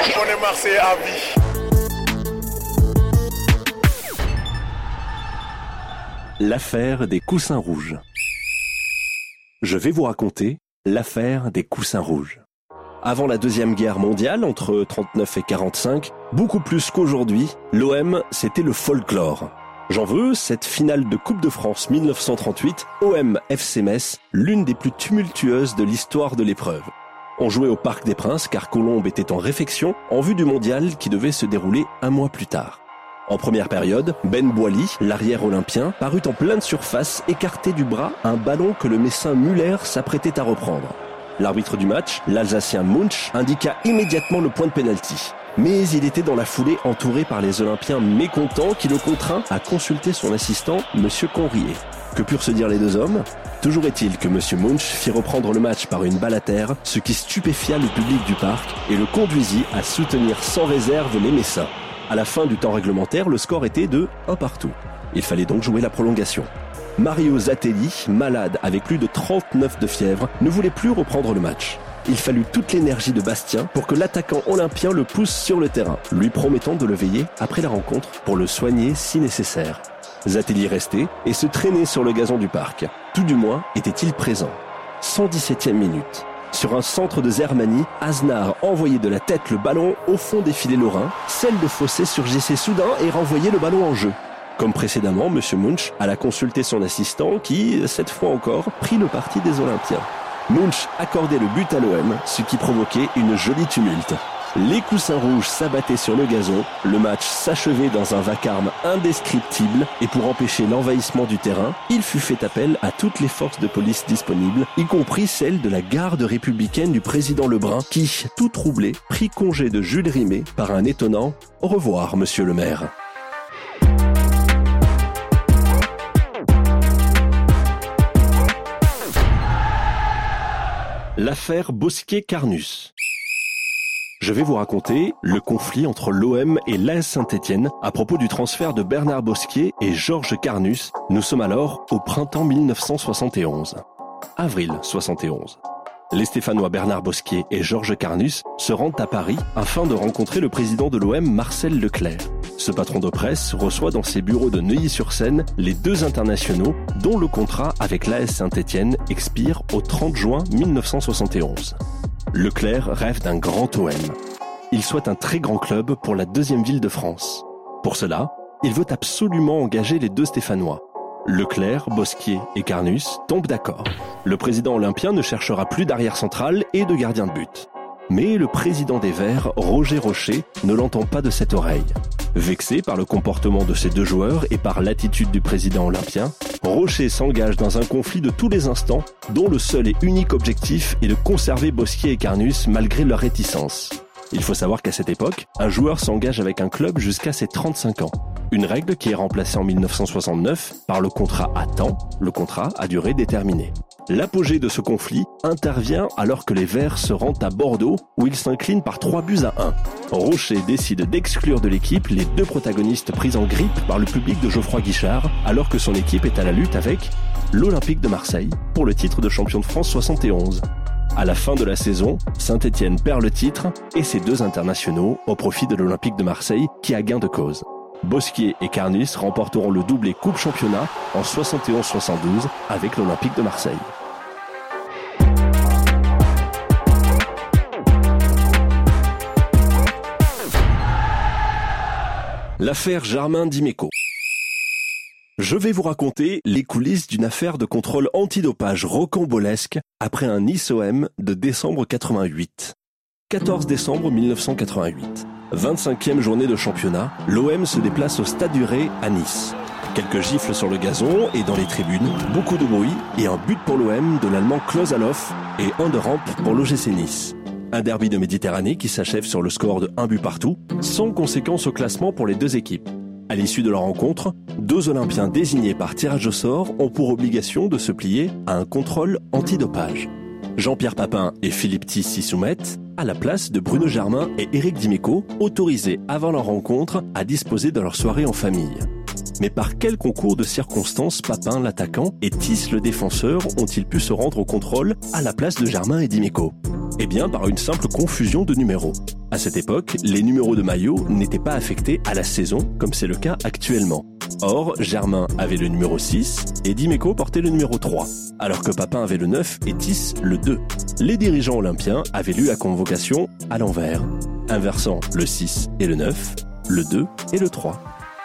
On est Marseillais à vie. L'affaire des coussins rouges. Je vais vous raconter l'affaire des coussins rouges. Avant la Deuxième Guerre mondiale, entre 39 et 45, beaucoup plus qu'aujourd'hui, l'OM, c'était le folklore. J'en veux, cette finale de Coupe de France 1938, OM FC Metz, l'une des plus tumultueuses de l'histoire de l'épreuve. On jouait au Parc des Princes car Colombe était en réfection en vue du mondial qui devait se dérouler un mois plus tard. En première période, Ben Boily, l'arrière olympien, parut en pleine surface, écarté du bras un ballon que le Messin Müller s'apprêtait à reprendre. L'arbitre du match, l'Alsacien Munch, indiqua immédiatement le point de pénalty. Mais il était dans la foulée entouré par les Olympiens mécontents qui le contraint à consulter son assistant, M. Conrier. Que purent se dire les deux hommes ? Toujours est-il que M. Munch fit reprendre le match par une balle à terre, ce qui stupéfia le public du parc et le conduisit à soutenir sans réserve les Messins. À la fin du temps réglementaire, le score était de 1-1. Il fallait donc jouer la prolongation. Mario Zatelli, malade avec plus de 39 de fièvre, ne voulait plus reprendre le match. Il fallut toute l'énergie de Bastien pour que l'attaquant olympien le pousse sur le terrain, lui promettant de le veiller après la rencontre pour le soigner si nécessaire. Zatelli restait et se traînait sur le gazon du parc. Tout du moins était-il présent. 117e minute. Sur un centre de Zermani, Aznar envoyait de la tête le ballon au fond des filets lorrains. Celle de Fossé surgissait soudain et renvoyait le ballon en jeu. Comme précédemment, M. Munch alla consulter son assistant qui, cette fois encore, prit le parti des Olympiens. Munch accordait le but à l'OM, ce qui provoquait une jolie tumulte. Les coussins rouges s'abattaient sur le gazon, le match s'achevait dans un vacarme indescriptible et pour empêcher l'envahissement du terrain, il fut fait appel à toutes les forces de police disponibles, y compris celle de la garde républicaine du président Lebrun qui, tout troublé, prit congé de Jules Rimet par un étonnant « Au revoir, monsieur le maire ». L'affaire Bosquier-Carnus. Je vais vous raconter le conflit entre l'OM et l'AS Saint-Étienne à propos du transfert de Bernard Bosquier et Georges Carnus. Nous sommes alors au printemps 1971. Avril 71. Les Stéphanois Bernard Bosquier et Georges Carnus se rendent à Paris afin de rencontrer le président de l'OM, Marcel Leclerc. Ce patron de presse reçoit dans ses bureaux de Neuilly-sur-Seine les deux internationaux dont le contrat avec l'AS Saint-Étienne expire au 30 juin 1971. Leclerc rêve d'un grand OM. Il souhaite un très grand club pour la deuxième ville de France. Pour cela, il veut absolument engager les deux Stéphanois. Leclerc, Bosquier et Carnus tombent d'accord. Le président olympien ne cherchera plus d'arrière central et de gardien de but. Mais le président des Verts, Roger Rocher, ne l'entend pas de cette oreille. Vexé par le comportement de ces deux joueurs et par l'attitude du président olympien, Rocher s'engage dans un conflit de tous les instants, dont le seul et unique objectif est de conserver Bosquier et Carnus malgré leur réticence. Il faut savoir qu'à cette époque, un joueur s'engage avec un club jusqu'à ses 35 ans. Une règle qui est remplacée en 1969 par le contrat à temps, le contrat à durée déterminée. L'apogée de ce conflit intervient alors que les Verts se rendent à Bordeaux où ils s'inclinent par 3-1. Rocher décide d'exclure de l'équipe les deux protagonistes pris en grippe par le public de Geoffroy Guichard alors que son équipe est à la lutte avec l'Olympique de Marseille pour le titre de champion de France 71. À la fin de la saison, Saint-Étienne perd le titre et ses deux internationaux au profit de l'Olympique de Marseille qui a gain de cause. Bosquier et Carnus remporteront le doublé Coupe Championnat en 71-72 avec l'Olympique de Marseille. L'affaire Germain Dimeco. Je vais vous raconter les coulisses d'une affaire de contrôle antidopage rocambolesque après un Nice-OM de décembre 88. 14 décembre 1988. 25e journée de championnat, l'OM se déplace au Stade du Ré à Nice. Quelques gifles sur le gazon et dans les tribunes, beaucoup de bruit et un but pour l'OM de l'Allemand Klaus Allofs et un de rampe pour l'OGC Nice. Un derby de Méditerranée qui s'achève sur le score de 1 but partout, sans conséquence au classement pour les deux équipes. À l'issue de la rencontre, deux Olympiens désignés par tirage au sort ont pour obligation de se plier à un contrôle antidopage. Jean-Pierre Papin et Philippe Thys s'y soumettent, à la place de Bruno Germain et Éric Dimeco, autorisés avant leur rencontre à disposer de leur soirée en famille. Mais par quel concours de circonstances Papin, l'attaquant, et Thys, le défenseur, ont-ils pu se rendre au contrôle à la place de Germain et Dimeco ? Eh bien, par une simple confusion de numéros. À cette époque, les numéros de maillot n'étaient pas affectés à la saison, comme c'est le cas actuellement. Or, Germain avait le numéro 6 et Dimeco portait le numéro 3, alors que Papin avait le 9 et Tisse le 2. Les dirigeants olympiens avaient lu la convocation à l'envers, inversant le 6 et le 9, le 2 et le 3.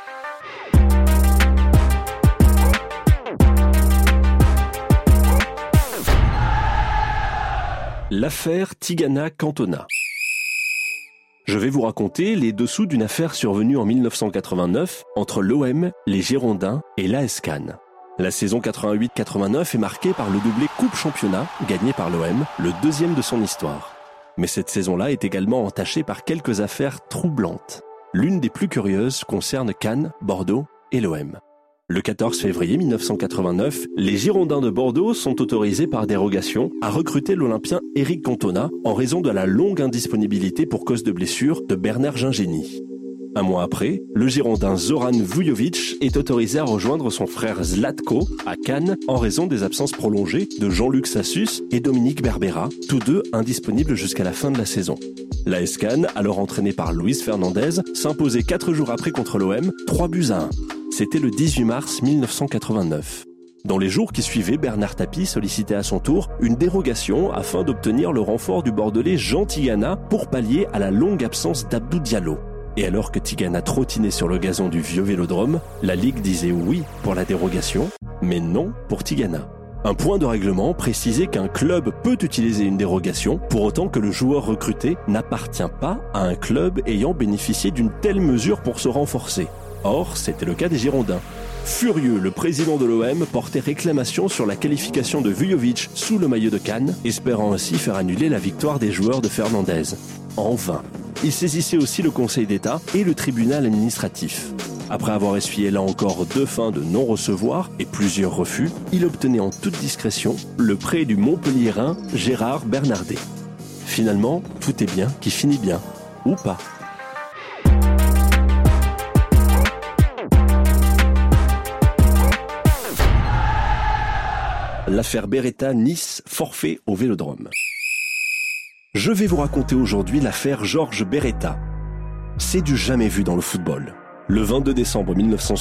L'affaire Tigana-Cantona. Je vais vous raconter les dessous d'une affaire survenue en 1989 entre l'OM, les Girondins et l'AS Cannes. La saison 88-89 est marquée par le doublé Coupe-Championnat gagné par l'OM, le deuxième de son histoire. Mais cette saison-là est également entachée par quelques affaires troublantes. L'une des plus curieuses concerne Cannes, Bordeaux et l'OM. Le 14 février 1989, les Girondins de Bordeaux sont autorisés par dérogation à recruter l'Olympien Éric Cantona en raison de la longue indisponibilité pour cause de blessure de Bernard Gingeni. Un mois après, le Girondin Zoran Vujovic est autorisé à rejoindre son frère Zlatko à Cannes en raison des absences prolongées de Jean-Luc Sassus et Dominique Berbera, tous deux indisponibles jusqu'à la fin de la saison. L'AS Cannes, alors entraîné par Luis Fernandez, s'imposait 4 jours après contre l'OM, 3-1. C'était le 18 mars 1989. Dans les jours qui suivaient, Bernard Tapie sollicitait à son tour une dérogation afin d'obtenir le renfort du Bordelais Jean Tigana pour pallier à la longue absence d'Abdou Diallo. Et alors que Tigana trottinait sur le gazon du vieux vélodrome, la Ligue disait oui pour la dérogation, mais non pour Tigana. Un point de règlement précisait qu'un club peut utiliser une dérogation pour autant que le joueur recruté n'appartient pas à un club ayant bénéficié d'une telle mesure pour se renforcer. Or, c'était le cas des Girondins. Furieux, le président de l'OM portait réclamation sur la qualification de Vujovic sous le maillot de Cannes, espérant ainsi faire annuler la victoire des joueurs de Fernandez. En vain. Il saisissait aussi le Conseil d'État et le tribunal administratif. Après avoir essuyé là encore 2 fins de non-recevoir et plusieurs refus, il obtenait en toute discrétion le prêt du Montpelliérain Gérard Bernardet. Finalement, tout est bien qui finit bien. Ou pas. L'affaire Beretta-Nice, forfait au Vélodrome. Je vais vous raconter aujourd'hui l'affaire Georges Beretta. C'est du jamais vu dans le football. Le 22 décembre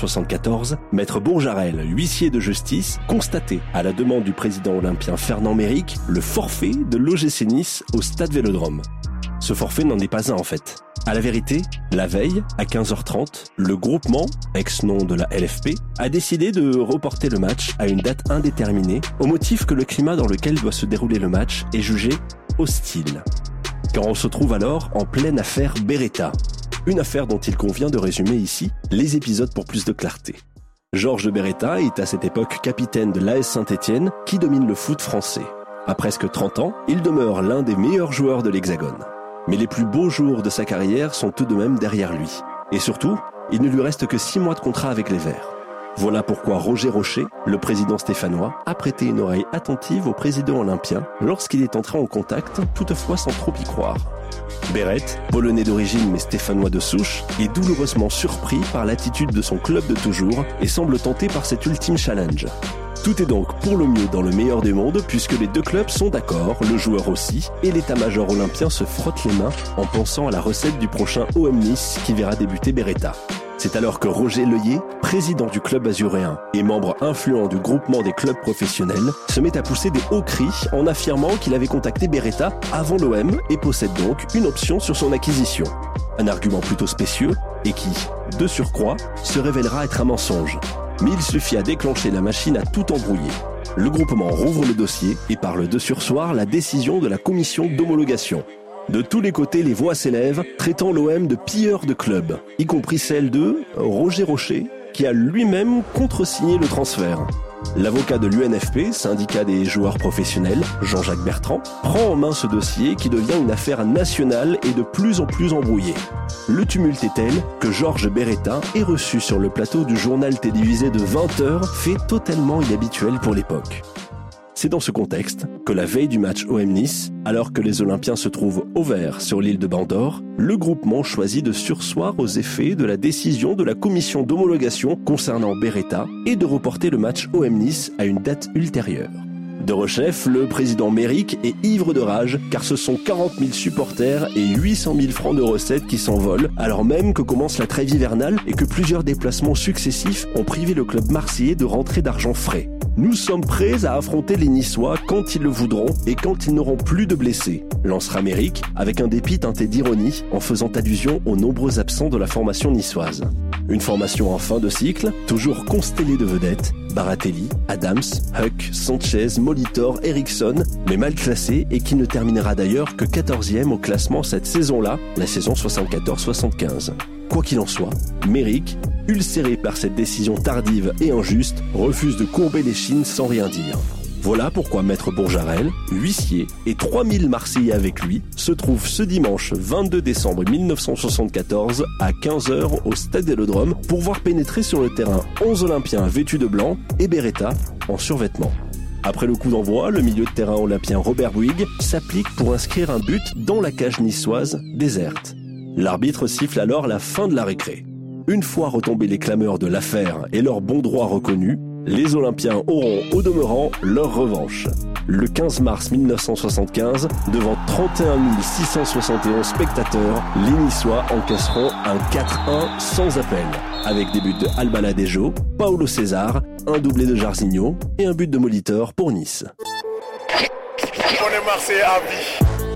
1974, Maître Bourjarel, huissier de justice, constatait, à la demande du président olympien Fernand Méric, le forfait de l'OGC Nice au stade Vélodrome. Ce forfait n'en est pas un en fait. À la vérité, la veille, à 15h30, le groupement, ex-nom de la LFP, a décidé de reporter le match à une date indéterminée, au motif que le climat dans lequel doit se dérouler le match est jugé hostile. Car on se trouve alors en pleine affaire Beretta. Une affaire dont il convient de résumer ici les épisodes pour plus de clarté. Georges Beretta est à cette époque capitaine de l'AS Saint-Étienne qui domine le foot français. À presque 30 ans, il demeure l'un des meilleurs joueurs de l'Hexagone. Mais les plus beaux jours de sa carrière sont tout de même derrière lui. Et surtout, il ne lui reste que 6 mois de contrat avec les Verts. Voilà pourquoi Roger Rocher, le président stéphanois, a prêté une oreille attentive au président olympien lorsqu'il est entré en contact, toutefois sans trop y croire. Beretta, polonais d'origine mais stéphanois de souche, est douloureusement surpris par l'attitude de son club de toujours et semble tenté par cet ultime challenge. Tout est donc pour le mieux dans le meilleur des mondes puisque les deux clubs sont d'accord, le joueur aussi, et l'état-major olympien se frotte les mains en pensant à la recette du prochain OM Nice qui verra débuter Beretta. C'est alors que Roger Leuillet, président du club azuréen et membre influent du groupement des clubs professionnels, se met à pousser des hauts cris en affirmant qu'il avait contacté Beretta avant l'OM et possède donc une option sur son acquisition. Un argument plutôt spécieux et qui, de surcroît, se révélera être un mensonge. Mais il suffit à déclencher la machine à tout embrouiller. Le groupement rouvre le dossier et parle de surseoir la décision de la commission d'homologation. De tous les côtés, les voix s'élèvent, traitant l'OM de pilleur de club, y compris celle de Roger Rocher, qui a lui-même contresigné le transfert. L'avocat de l'UNFP, syndicat des joueurs professionnels, Jean-Jacques Bertrand, prend en main ce dossier qui devient une affaire nationale et de plus en plus embrouillée. Le tumulte est tel que Georges Beretta est reçu sur le plateau du journal télévisé de 20h, fait totalement inhabituel pour l'époque. C'est dans ce contexte que la veille du match OM Nice, alors que les Olympiens se trouvent au vert sur l'île de Bandor, le groupement choisit de surseoir aux effets de la décision de la commission d'homologation concernant Beretta et de reporter le match OM Nice à une date ultérieure. Derechef, le président Méric est ivre de rage car ce sont 40 000 supporters et 800 000 francs de recettes qui s'envolent alors même que commence la trêve hivernale et que plusieurs déplacements successifs ont privé le club marseillais de rentrées d'argent frais. Nous sommes prêts à affronter les Niçois quand ils le voudront et quand ils n'auront plus de blessés, lancera Méric avec un dépit teinté d'ironie en faisant allusion aux nombreux absents de la formation niçoise. Une formation en fin de cycle, toujours constellée de vedettes, Baratelli, Adams, Huck, Sanchez, Molitor, Eriksson, mais mal classée et qui ne terminera d'ailleurs que 14e au classement cette saison-là, la saison 74-75. Quoi qu'il en soit, Méric, ulcéré par cette décision tardive et injuste, refuse de courber les chines sans rien dire. Voilà pourquoi Maître Bourjarel, huissier et 3000 Marseillais avec lui se trouvent ce dimanche 22 décembre 1974 à 15h au Stade Vélodrome pour voir pénétrer sur le terrain 11 Olympiens vêtus de blanc et Beretta en survêtement. Après le coup d'envoi, le milieu de terrain olympien Robert Bouygues s'applique pour inscrire un but dans la cage niçoise déserte. L'arbitre siffle alors la fin de la récré. Une fois retombés les clameurs de l'affaire et leurs bons droits reconnus, les Olympiens auront au demeurant leur revanche. Le 15 mars 1975, devant 31 671 spectateurs, les Niçois encaisseront un 4-1 sans appel, avec des buts de Albaladejo, Paulo César, un doublé de Jairzinho et un but de Molitor pour Nice. On est Marseillais à vie.